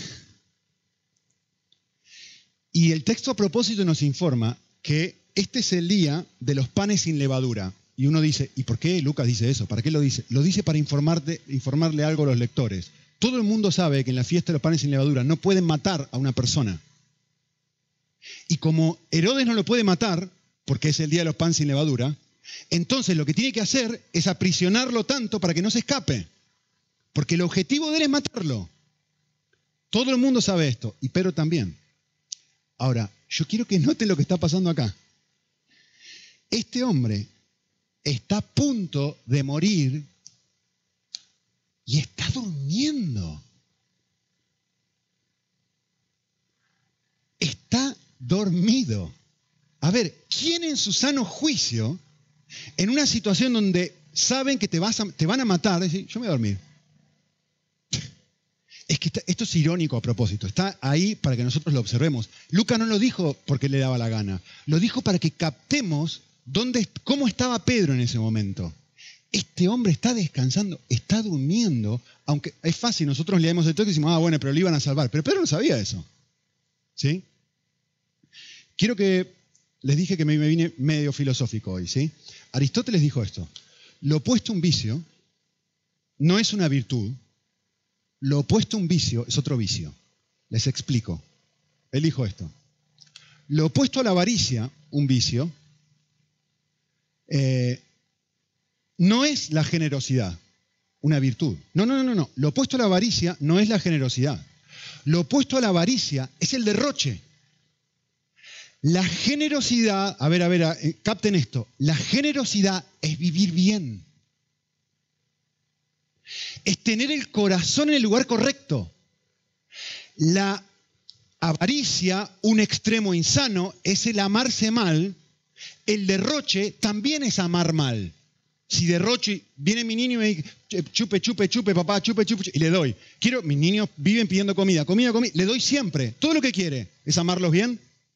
Y el texto a propósito nos informa que este es el día de los panes sin levadura. Y uno dice, ¿y por qué Lucas dice eso? ¿Para qué lo dice? Lo dice para informarte, informarle algo a los lectores. Todo el mundo sabe que en la fiesta de los panes sin levadura no pueden matar a una persona. Y como Herodes no lo puede matar, porque es el día de los panes sin levadura, entonces lo que tiene que hacer es aprisionarlo tanto para que no se escape. Porque el objetivo de él es matarlo. Todo el mundo sabe esto, y Pedro también. Ahora, yo quiero que noten lo que está pasando acá. Este hombre está a punto de morir y está durmiendo. Está dormido. A ver, ¿quién en su sano juicio, en una situación donde saben que te, vas a, te van a matar, dice, yo me voy a dormir? Es que está, esto es irónico a propósito, está ahí para que nosotros lo observemos. Lucas no lo dijo porque le daba la gana, lo dijo para que captemos dónde, cómo estaba Pedro en ese momento. Este hombre está descansando, está durmiendo, aunque es fácil, nosotros leemos el texto y decimos, ah, bueno, pero lo iban a salvar. Pero Pedro no sabía eso. ¿Sí? Quiero que, les dije que me vine medio filosófico hoy, ¿sí? Aristóteles dijo esto, lo opuesto a un vicio no es una virtud, lo opuesto a un vicio es otro vicio. Les explico. Él dijo esto. Lo opuesto a la avaricia, un vicio, eh, no es la generosidad, una virtud. No, no, no, no. Lo opuesto a la avaricia no es la generosidad. Lo opuesto a la avaricia es el derroche. La generosidad, a ver, a ver, eh, capten esto. La generosidad es vivir bien. Es tener el corazón en el lugar correcto. La avaricia, un extremo insano, es el amarse mal. El derroche también es amar mal. Si derroche, viene mi niño y me dice, chupe, chupe, chupe, papá, chupe, chupe, chupe, y le doy. Quiero, mis niños viven pidiendo comida, comida, comida, le doy siempre. Todo lo que quiere es amarlos bien.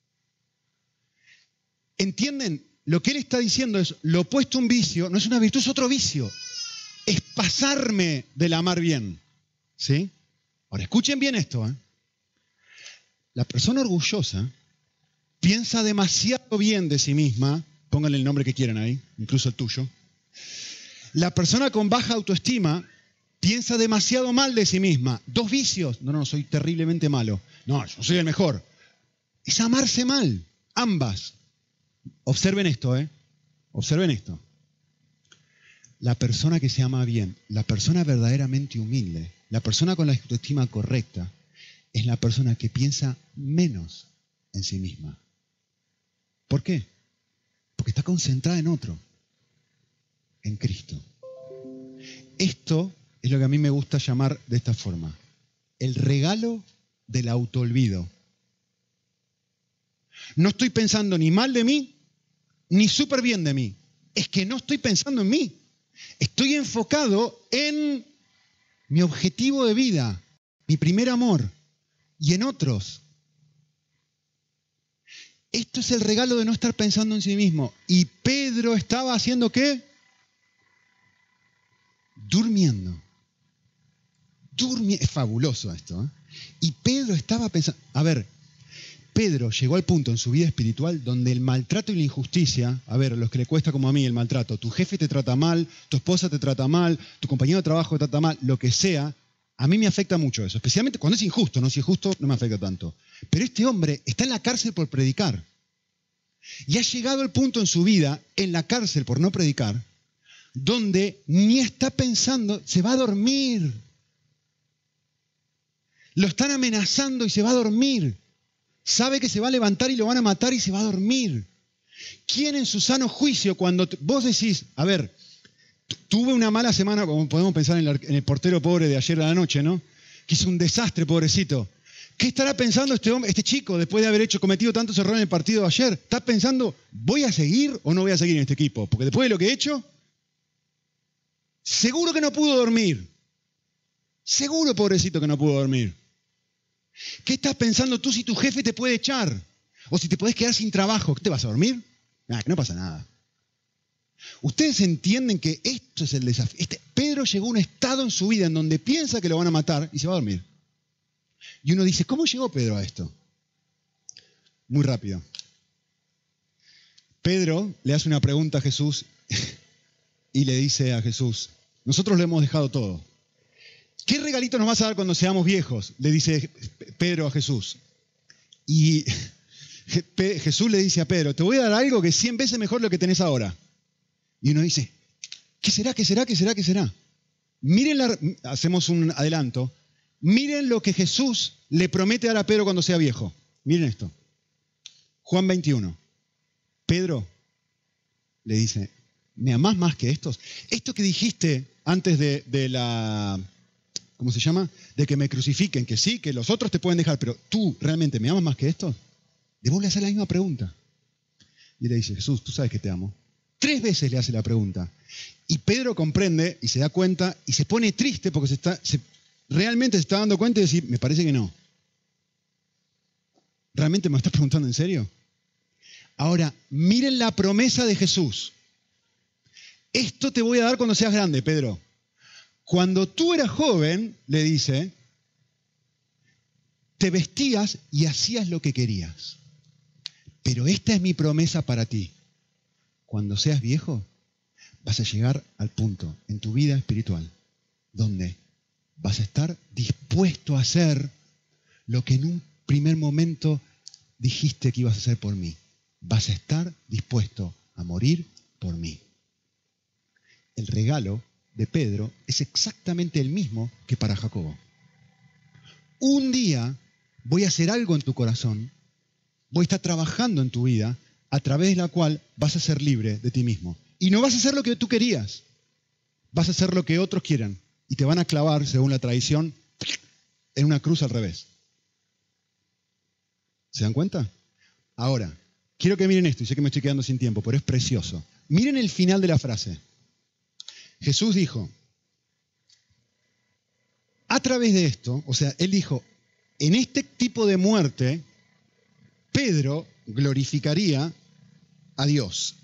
¿Entienden? Lo que él está diciendo es, lo opuesto a un vicio, no es una virtud, es otro vicio. Es pasarme del amar bien. ¿Sí? Ahora, escuchen bien esto. ¿eh? La persona orgullosa piensa demasiado bien de sí misma, pónganle el nombre que quieran ahí, incluso el tuyo. La persona con baja autoestima piensa demasiado mal de sí misma. Dos vicios. No, no, soy terriblemente malo. No, yo soy el mejor. Es amarse mal. Ambas. Observen esto, ¿eh? Observen esto. La persona que se ama bien, la persona verdaderamente humilde, la persona con la autoestima correcta, es la persona que piensa menos en sí misma. ¿Por qué? Porque está concentrada en otro, en Cristo. Esto es lo que a mí me gusta llamar de esta forma. el regalo del autoolvido. No estoy pensando ni mal de mí, ni súper bien de mí. Es que no estoy pensando en mí. Estoy enfocado en mi objetivo de vida, mi primer amor, y en otros. Esto es el regalo de no estar pensando en sí mismo. ¿Y Pedro estaba haciendo qué? Durmiendo. Durmi- es fabuloso esto, ¿eh? Y Pedro estaba pensando... A ver, Pedro llegó al punto en su vida espiritual donde el maltrato y la injusticia, a ver, a los que le cuesta como a mí el maltrato, tu jefe te trata mal, tu esposa te trata mal, tu compañero de trabajo te trata mal, lo que sea, a mí me afecta mucho eso, especialmente cuando es injusto, ¿no? Si es justo no me afecta tanto. Pero este hombre está en la cárcel por predicar. Y ha llegado el punto en su vida, en la cárcel por no predicar, donde ni está pensando, se va a dormir. Lo están amenazando y se va a dormir. Sabe que se va a levantar y lo van a matar y se va a dormir. ¿Quién en su sano juicio, cuando vos decís, a ver, tuve una mala semana, como podemos pensar en el, en el portero pobre de ayer a la noche, ¿no? Que hizo un desastre, pobrecito. ¿Qué estará pensando este hombre, este chico, después de haber hecho cometido tantos errores en el partido de ayer? ¿Está pensando, voy a seguir o no voy a seguir en este equipo? Porque después de lo que he hecho, seguro que no pudo dormir. Seguro, pobrecito, que no pudo dormir. ¿Qué estás pensando tú si tu jefe te puede echar? O si te puedes quedar sin trabajo. ¿Te vas a dormir? Nada, que no pasa nada. Ustedes entienden que esto es el desafío. Este, Pedro llegó a un estado en su vida en donde piensa que lo van a matar y se va a dormir. Y uno dice, ¿cómo llegó Pedro a esto? Muy rápido. Pedro le hace una pregunta a Jesús y le dice a Jesús, nosotros lo hemos dejado todo. ¿Qué regalito nos vas a dar cuando seamos viejos? Le dice Pedro a Jesús. Y Jesús le dice a Pedro, te voy a dar algo que es cien veces mejor lo que tenés ahora. Y uno dice, ¿qué será? ¿Qué será? ¿Qué será? ¿Qué será? Miren, la, hacemos un adelanto. Miren lo que Jesús le promete dar a Pedro cuando sea viejo. Miren esto. Juan veintiuno. Pedro le dice, ¿me amás más que estos? Esto que dijiste antes de, de la... ¿Cómo se llama? De que me crucifiquen, que sí, que los otros te pueden dejar, pero ¿tú realmente me amas más que estos? Le vuelve a hacer la misma pregunta. Y le dice, Jesús, tú sabes que te amo. Tres veces le hace la pregunta. Y Pedro comprende y se da cuenta y se pone triste porque se está, se, realmente se está dando cuenta y decir, me parece que no. ¿Realmente me lo estás preguntando en serio? Ahora, miren la promesa de Jesús. Esto te voy a dar cuando seas grande, Pedro. Cuando tú eras joven, le dice, te vestías y hacías lo que querías. Pero esta es mi promesa para ti. Cuando seas viejo, vas a llegar al punto en tu vida espiritual donde vas a estar dispuesto a hacer lo que en un primer momento dijiste que ibas a hacer por mí. Vas a estar dispuesto a morir por mí. El regalo de Pedro es exactamente el mismo que para Jacobo. Un día voy a hacer algo en tu corazón, voy a estar trabajando en tu vida, a través de la cual vas a ser libre de ti mismo. Y no vas a hacer lo que tú querías, vas a hacer lo que otros quieran. Y te van a clavar, según la tradición, en una cruz al revés. ¿Se dan cuenta? Ahora, quiero que miren esto, y sé que me estoy quedando sin tiempo, pero es precioso. Miren el final de la frase. Jesús dijo, a través de esto, o sea, Él dijo, en este tipo de muerte, Pedro glorificaría a Dios.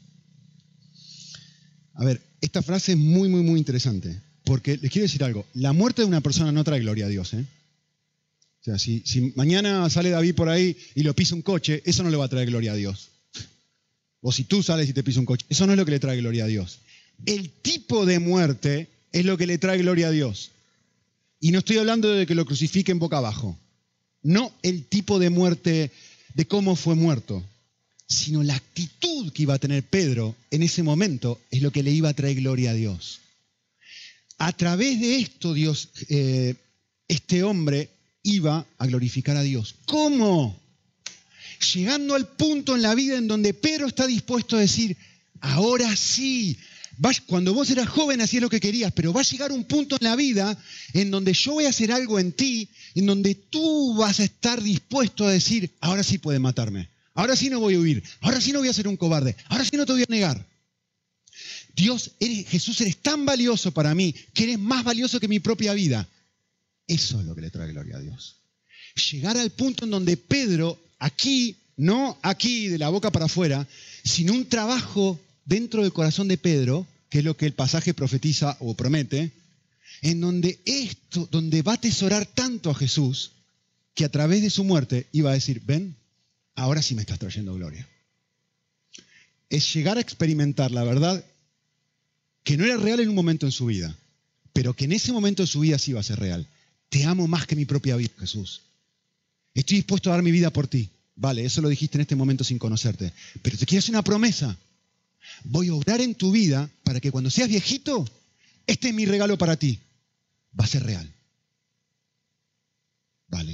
A ver, esta frase es muy, muy, muy interesante, porque les quiero decir algo, la muerte de una persona no trae gloria a Dios, ¿eh? O sea, si, si mañana sale David por ahí y lo pisa un coche, eso no le va a traer gloria a Dios. O si tú sales y te pisa un coche, eso no es lo que le trae gloria a Dios. El tipo de muerte es lo que le trae gloria a Dios. Y no estoy hablando de que lo crucifiquen boca abajo. No el tipo de muerte, de cómo fue muerto, sino la actitud que iba a tener Pedro en ese momento es lo que le iba a traer gloria a Dios. A través de esto, Dios, eh, este hombre iba a glorificar a Dios. ¿Cómo? Llegando al punto en la vida en donde Pedro está dispuesto a decir, ahora sí, Cuando vos eras joven hacías lo que querías, pero va a llegar un punto en la vida en donde yo voy a hacer algo en ti, en donde tú vas a estar dispuesto a decir, ahora sí puede matarme, ahora sí no voy a huir, ahora sí no voy a ser un cobarde, ahora sí no te voy a negar. Dios, eres, Jesús, eres tan valioso para mí que eres más valioso que mi propia vida. Eso es lo que le trae gloria a Dios. Llegar al punto en donde Pedro, aquí, no aquí de la boca para afuera, sino un trabajo dentro del corazón de Pedro, que es lo que el pasaje profetiza o promete, en donde esto, donde va a atesorar tanto a Jesús, que a través de su muerte iba a decir, ven, ahora sí me estás trayendo gloria. Es llegar a experimentar la verdad que no era real en un momento en su vida, pero que en ese momento de su vida sí iba a ser real. Te amo más que mi propia vida, Jesús. Estoy dispuesto a dar mi vida por ti. Vale, eso lo dijiste en este momento sin conocerte. Pero te quiero hacer una promesa. Voy a obrar en tu vida para que cuando seas viejito, este es mi regalo para ti. Va a ser real. Vale.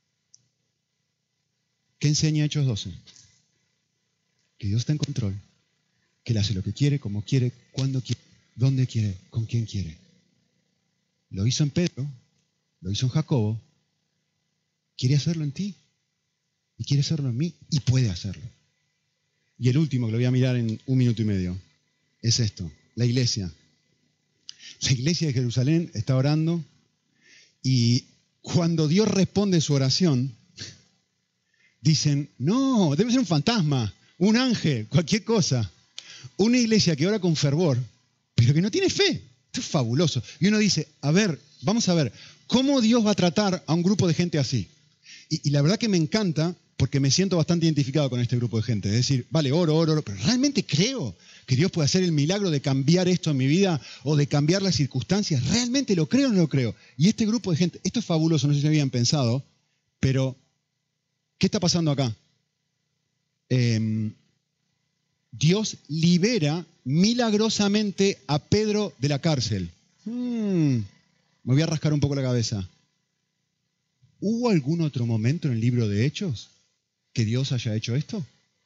¿Qué enseña Hechos doce? Que Dios está en control. Que Él hace lo que quiere, como quiere, cuando quiere, dónde quiere, con quién quiere. Lo hizo en Pedro, lo hizo en Jacobo. Quiere hacerlo en ti. Y quiere hacerlo en mí. Y puede hacerlo. Y el último, que lo voy a mirar en un minuto y medio, es esto. La iglesia. La iglesia de Jerusalén está orando y cuando Dios responde su oración, dicen, no, debe ser un fantasma, un ángel, cualquier cosa. Una iglesia que ora con fervor, pero que no tiene fe. Esto es fabuloso. Y uno dice, a ver, vamos a ver, ¿cómo Dios va a tratar a un grupo de gente así? Y, y la verdad que me encanta porque me siento bastante identificado con este grupo de gente. Es decir, vale, oro, oro, oro, pero realmente creo que Dios puede hacer el milagro de cambiar esto en mi vida o de cambiar las circunstancias. ¿Realmente lo creo o no lo creo? Y este grupo de gente, esto es fabuloso, no sé si habían pensado, pero ¿qué está pasando acá? Eh, Dios libera milagrosamente a Pedro de la cárcel. Hmm, me voy a rascar un poco la cabeza. ¿Hubo algún otro momento en el libro de Hechos que Dios haya hecho esto?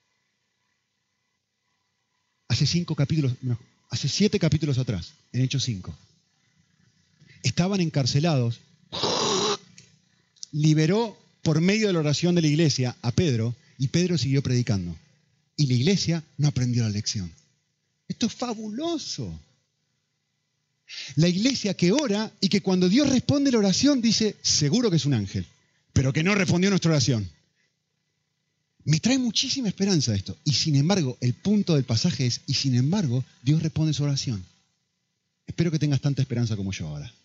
Hace cinco capítulos, no, hace siete capítulos atrás, en Hechos cinco. Estaban encarcelados. Liberó por medio de la oración de la iglesia a Pedro y Pedro siguió predicando. Y la iglesia no aprendió la lección. Esto es fabuloso. La iglesia que ora y que cuando Dios responde la oración dice, seguro que es un ángel, pero que no respondió nuestra oración. Me trae muchísima esperanza esto. Y sin embargo, el punto del pasaje es, y sin embargo, Dios responde su oración. Espero que tengas tanta esperanza como yo ahora.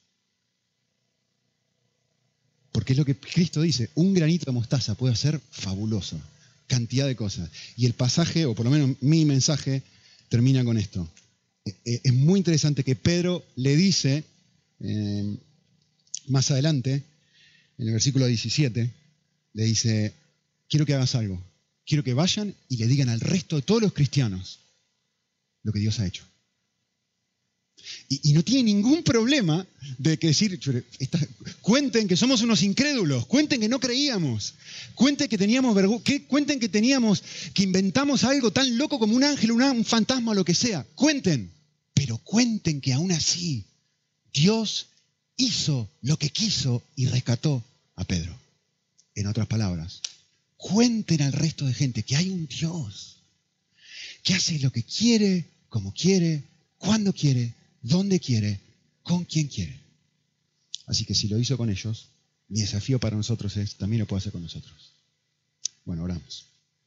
Porque es lo que Cristo dice, un granito de mostaza puede hacer fabuloso. Cantidad de cosas. Y el pasaje, o por lo menos mi mensaje, termina con esto. Es muy interesante que Pedro le dice, eh, más adelante, en el versículo diecisiete, le dice, quiero que hagas algo. Quiero que vayan y le digan al resto de todos los cristianos lo que Dios ha hecho. Y, y no tiene ningún problema de que decir, esta, cuenten que somos unos incrédulos, cuenten que no creíamos, cuenten que teníamos vergüenza, que, cuenten que teníamos, que inventamos algo tan loco como un ángel, una, un fantasma o lo que sea. Cuenten, pero cuenten que aún así Dios hizo lo que quiso y rescató a Pedro. En otras palabras, cuenten al resto de gente que hay un Dios que hace lo que quiere, como quiere, cuando quiere, dónde quiere, con quién quiere. Así que si lo hizo con ellos, mi desafío para nosotros es, también lo puede hacer con nosotros. Bueno, oramos.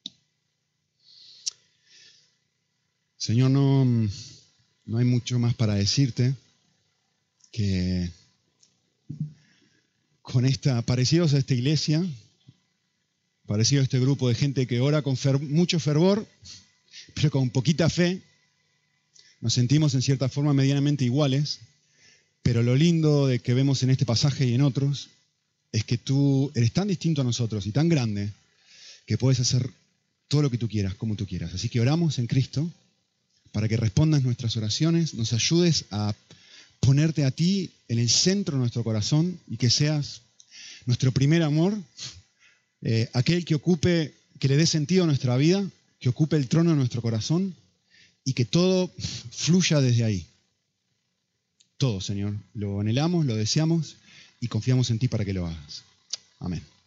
Señor, no, no hay mucho más para decirte que con esta, parecidos a esta iglesia, parecido a este grupo de gente que ora con fer, mucho fervor, pero con poquita fe, nos sentimos en cierta forma medianamente iguales, pero lo lindo de que vemos en este pasaje y en otros es que tú eres tan distinto a nosotros y tan grande que puedes hacer todo lo que tú quieras, como tú quieras. Así que oramos en Cristo para que respondas nuestras oraciones, nos ayudes a ponerte a ti en el centro de nuestro corazón y que seas nuestro primer amor, eh, aquel que ocupe, que le dé sentido a nuestra vida, que ocupe el trono de nuestro corazón y que todo fluya desde ahí. Todo, Señor. Lo anhelamos, lo deseamos y confiamos en ti para que lo hagas. Amén.